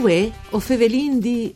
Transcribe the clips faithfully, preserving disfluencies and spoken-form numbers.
Uè, o fevelin di...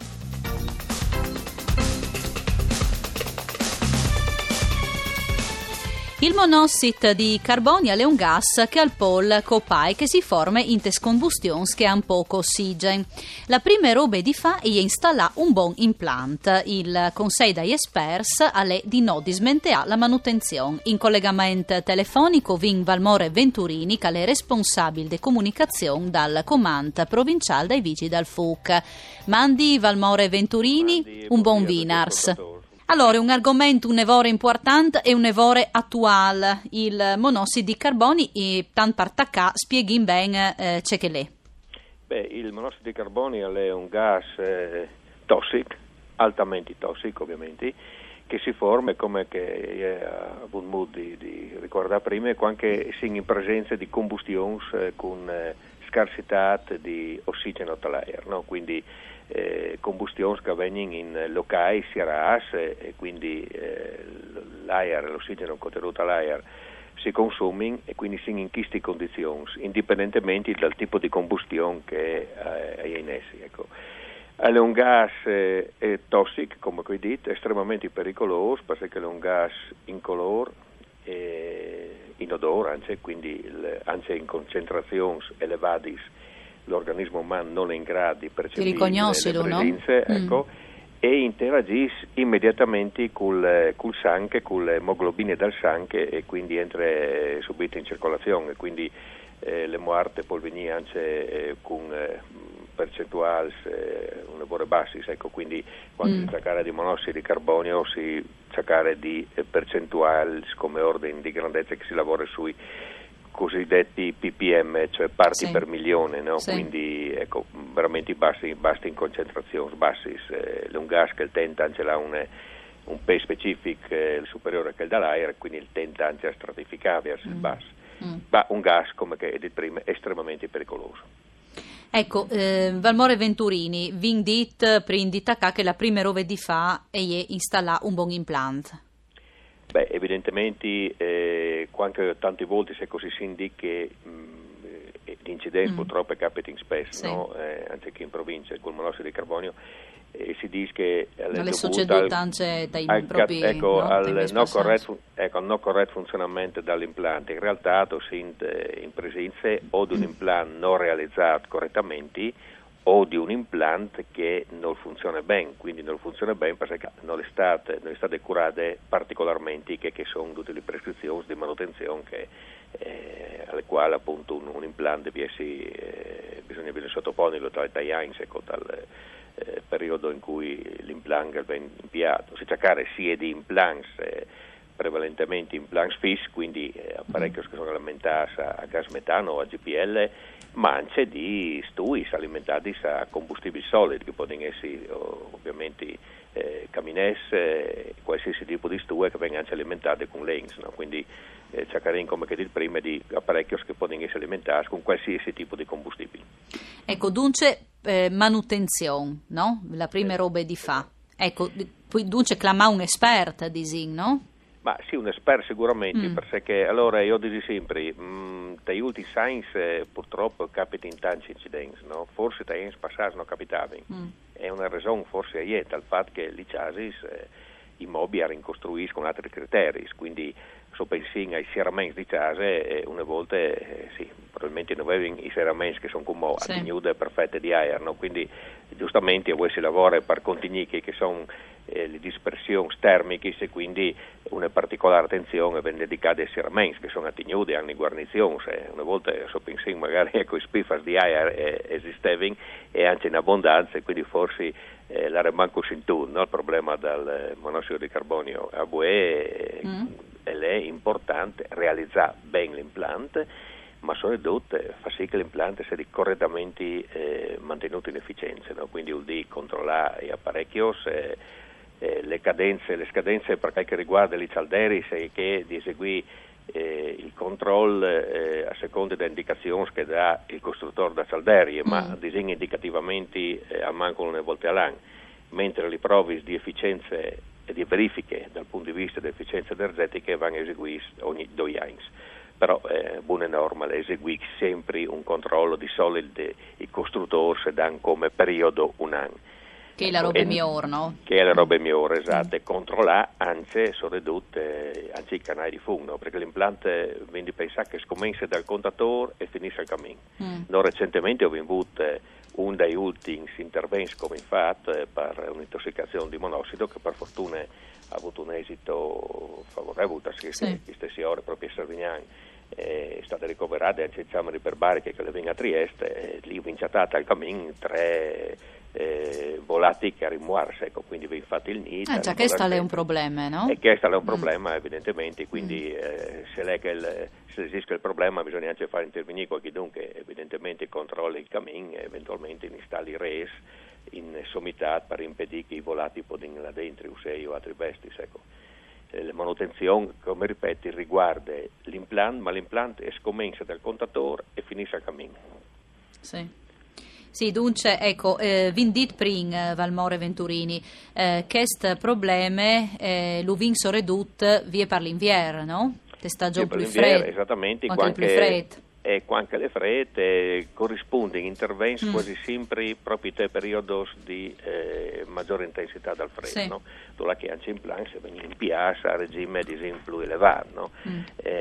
Il monossido di carbonio è un gas che al pol copai che si forma in tes combustioni che hanno poco ossigeno. La prima roba di fa è installare un buon implant. Il consiglio dagli esperti è di non dismentare la manutenzione. In collegamento telefonico vin Valmore Venturini, che è responsabile di comunicazione dal comando provinciale dei Vigili del Fuoco. Mandi Valmore Venturini, Mandi, un buon vinars. Allora, un argomento, un evore importante e un evore attuale, il monossido di carbonio, e tanto per taccà spieghi bene eh, c'è che l'è. Beh, il monossido di carbonio è un gas eh, tossico, altamente tossico ovviamente, che si forma come che eh, ha avuto modo di, di ricordare prima, anche in presenza di combustioni eh, con eh, scarsità di ossigeno all'aria, no? Quindi Eh, combustioni che avvengono in locali sierras e, e quindi eh, l'aria, l'ossigeno contenuto all'aria si consumano e quindi si in queste condizioni, indipendentemente dal tipo di combustione che eh, è in essi. Ecco. È un gas eh, è tossico, come ho detto, estremamente pericoloso perché è un gas incolore e inodore, anzi, quindi il, anzi in concentrazioni elevate l'organismo umano non è in grado di percepire le presenze, no? Ecco, mm. e interagisce immediatamente col, col sangue, con le emoglobine del sangue e quindi entra subito in circolazione, quindi eh, le morte poi venire anche eh, con eh, percentuali eh, un lavoro bassi, ecco, quindi quando mm. si cerca di monossido di carbonio si cerca di eh, percentuali come ordine di grandezza che si lavora sui cosiddetti P P M, cioè parti sì. per milione, no? Sì. Quindi ecco, veramente bassi, bassi in concentrazioni, bassi. Eh, un gas che il tenta anche là un, un peso specifico eh, superiore a quello dell'aria, quindi il tenta anche a stratificare verso mm. il basso. Mm. Ma un gas, come che detto prima, è estremamente pericoloso. Ecco, eh, Valmore Venturini, vin dit prindita che la prima roba di fa è installare un buon implant. Beh, evidentemente, eh, anche tante volte se così si indica che l'incidente mm. purtroppo capita in spesso, sì. no? eh, anche qui in provincia, col monossido di carbonio, e si dice che le società anche dai al, propri ecco, no, al non corretto ecco, no corretto funzionamento dell'impianto. In realtà si in presenza o di un impianto non realizzato correttamente o di un implant che non funziona bene, quindi non funziona bene perché non è state, non è state curate particolarmente che, che sono tutte le prescrizioni di manutenzione che, eh, alle quali appunto un, un implant deve essere, eh, bisogna essere sottoposto dagli anni, ecco, dal eh, periodo in cui l'implant viene impiato. Si cerca sia di implants eh, prevalentemente implants fissi, quindi eh, apparecchi che sono alimentati a gas metano o a G P L, ma anche di stui alimentati a combustibili solidi, che possono essere ovviamente eh, caminesse, qualsiasi tipo di stue che vengono anche alimentati con l'E N S, no? Quindi eh, cercheremo, come detto prima, di apparecchi che possono essere alimentati con qualsiasi tipo di combustibile. Ecco, dunque eh, manutenzione, no? La prima eh, roba di fa. Ecco, poi dunque clama un esperto di Zin, no? Ma sì, un esperto sicuramente, mm. perché allora io dico sempre, mh, dagli ultimi science eh, purtroppo capita in tanti incidenti, no? Forse dagli anni passati non capitava. Mm. È una ragione forse è dal fatto che gli chasis eh, i mobili ricostruiscono con altri criteri, quindi so pensi ai serramenti di case e una volta eh, sì, probabilmente non avevano i serramenti che sono come sì. attenuti perfette di aria, no? Quindi giustamente voi si lavora per contigni che sono eh, le dispersioni termiche e quindi una particolare attenzione viene dedicata ai serramenti che sono attenuti, hanno guarnizioni, eh, una volta so pensi magari ecco i spiffas di aria eh, esistevano e anche in abbondanza, quindi forse eh, la remanco in tu, no? Il problema del monossido di carbonio a Bue mm. è importante realizzare bene l'impianto, ma soprattutto fa sì che l'impianto sia correttamente eh, mantenuto in efficienza, no? Quindi vuol dire controllare gli apparecchi, eh, eh, le cadenze, le scadenze per quel che riguarda i calderi, se che di eseguire eh, il controllo eh, a seconda delle indicazioni che dà il costruttore da calderie, mm. ma disegna indicativamente eh, al manco una volta all'anno, mentre le prove di efficienza e di verifiche dal punto di vista dell'efficienza energetica vanno eseguite ogni due anni. però eh, buona norma eseguì sempre un controllo di solito i costruttori se danno come periodo un anno. Che è la roba migliore, no? Che è la roba migliore, esatto. E controllare anche sono ridotte anche i canali di fumo, no? Perché l'impianto quindi pensare che scommessa dal contatore e finisce al cammino. Mm. No, recentemente ho avuto un dei ultimi interventi come infatti per un'intossicazione di monossido che per fortuna ha avuto un esito favorevole, perché sì. Queste ore proprio a Servignano è stata ricoverata anche il esame iperbariche che le venga a Trieste e lì vinciatata al cammino tre eh, volati che a rimuarsi, ecco, quindi vi fate il nido. Ah, già che sta è un problema, no? E che sta è un problema, mm. evidentemente, quindi mm. eh, se, lei che il, se esiste il problema bisogna anche fare intervenire qualche dunque, evidentemente controlla il cammino e eventualmente installi i res in sommità per impedire che i volati possano là dentro, usei o altri bestie, ecco. La manutenzione, come ripeto, riguarda l'impianto, ma l'impianto è scommessa dal contatore e finisce al cammino. Sì. Sì, dunque, ecco, eh, vindit prin Valmore Venturini, eh, questo problema eh, lo vinso redut vie per l'inverno, no? Te sta già più freddo. Esattamente, quanto quanche, più freddo. E anche le frette corrisponde in interventi mm. quasi sempre proprio in periodi di eh, maggiore intensità dal freddo, sì. No? Dove che anche in plan se viene in piazza a regime di esempio elevato, no? mm.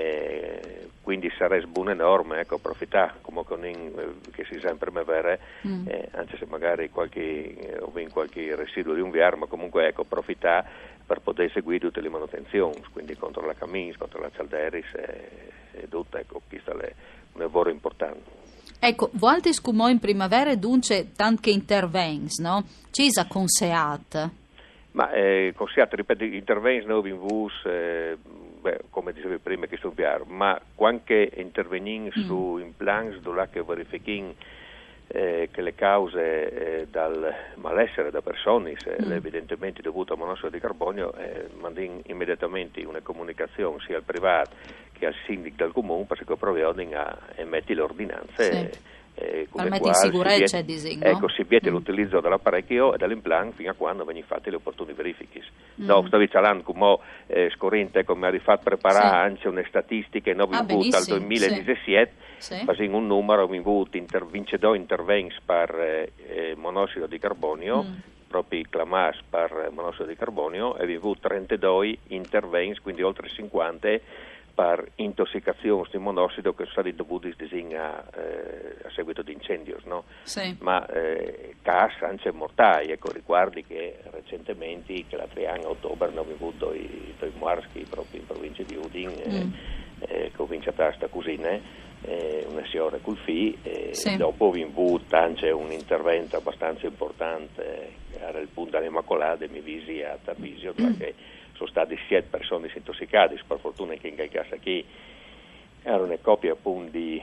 eh, quindi sarebbe buona norma, ecco, approfittare come con in, eh, che si sempre me vere, mm. eh, anche se magari qualche eh, o in qualche residuo di un viar, ma comunque ecco approfittare per poter seguire tutte le manutenzioni, quindi contro la camis, contro la cialderis e, e tutto, ecco, questa è un lavoro importante. Ecco, volte scumò in primavera dunque tanti interventi, no? Ci sa conseat? Ma eh, conseat, ripeto, interventi nuovi in V U S, eh, beh, come dicevi prima che studiare, ma qualche intervenire mm. su implants dove che verifichino eh, che le cause eh, dal malessere da persone, se mm. evidentemente dovuto a monossido di carbonio, eh, mandino immediatamente una comunicazione sia al privato che al sindaco del comune perché provvedono a emettere le ordinanze. Sì. Eh, per mettere in sicurezza il disegno. Ecco, si vieta mm. l'utilizzo dell'apparecchio e dell'implant fino a quando vengono fatte le opportune verifiche. Mm. No, stavi parlando come eh, scorrente, come ha fatto preparare sì. anche una statistica in ah, avuto al duemiladiciassette, sì. facendo un numero, abbiamo avuto inter- vincedor interventi per eh, monossido di carbonio, mm. proprio clamas per monossido di carbonio, e abbiamo avuto trentadue interventi, quindi oltre cinquanta per intossicazioni di monossido che sono stati dovuti a, eh, a seguito di incendi, no? Sì. Ma eh, cas anche mortai, ecco, ricordi che recentemente che la triangolo a ottobre abbiamo avuto i, i Muarschi proprio in provincia di Udin, mm. eh, eh, che ho vinciato sta cosina, eh, una signora col fi, e sì. dopo abbiamo avuto anche un intervento abbastanza importante, che era il punto dell'Immacolata, mi visi a Tarvisio, mm. perché sono state sette persone intossicate, per fortuna che in quel caso qui era una coppia appunto di,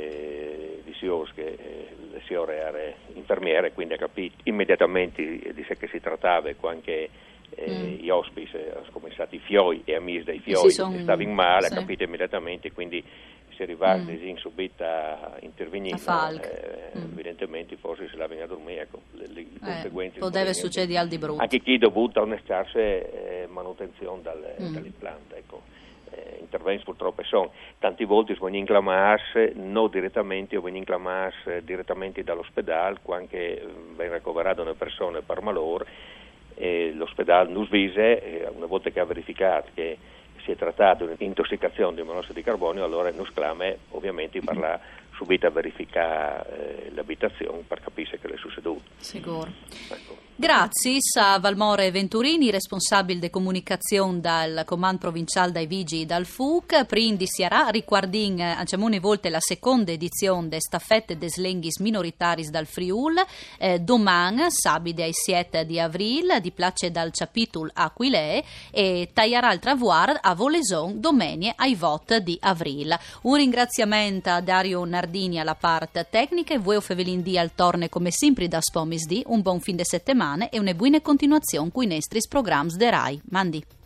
eh, di signori che eh, le signore erano infermiere, quindi ha capito immediatamente di sé che si trattava, anche eh, mm. gli ospiti eh, sono cominciati i fioi e amici dei fioi son... stavano male, sì. ha capito immediatamente, quindi si è arrivati mm. subito a intervenire, eh, mm. evidentemente forse se la vengono a dormire, ecco, le, le eh, conseguenze. O deve succedere al di brutto. Anche chi dovuto a una scarsa eh, manutenzione dal, mm. dall'impianto, ecco. Eh, interventi purtroppo sono, tanti volte vengono inclamarsi non direttamente o vengono inclamarsi direttamente dall'ospedale, quando vengono ricoverate una persona per malore, e l'ospedale non svise, eh, una volta che ha verificato che si è trattato di un'intossicazione di monossido di carbonio, allora non sclama ovviamente per la subito a verificare eh, l'abitazione per capire che le è succeduto. Sicuro. Ecco. Grazie a Valmore Venturini, responsabile di comunicazione dal Comando Provinciale dai Vigili dal F U C. Prindi si sarà riguardin anciamone volte la seconda edizione de staffette des lenghis minoritaris dal Friul, eh, domani, sabato ai sette di avril, di place dal Ciapitul Aquilee e tagliarà il travuar a Voleson domenie ai vot di avril. Un ringraziamento a Dario Nardini alla parte tecnica e voi o Fevelin di al torne come sempre da Spomis di un buon fin de settimana e una buona continuazione con i nostri programmi de Rai. Mandi.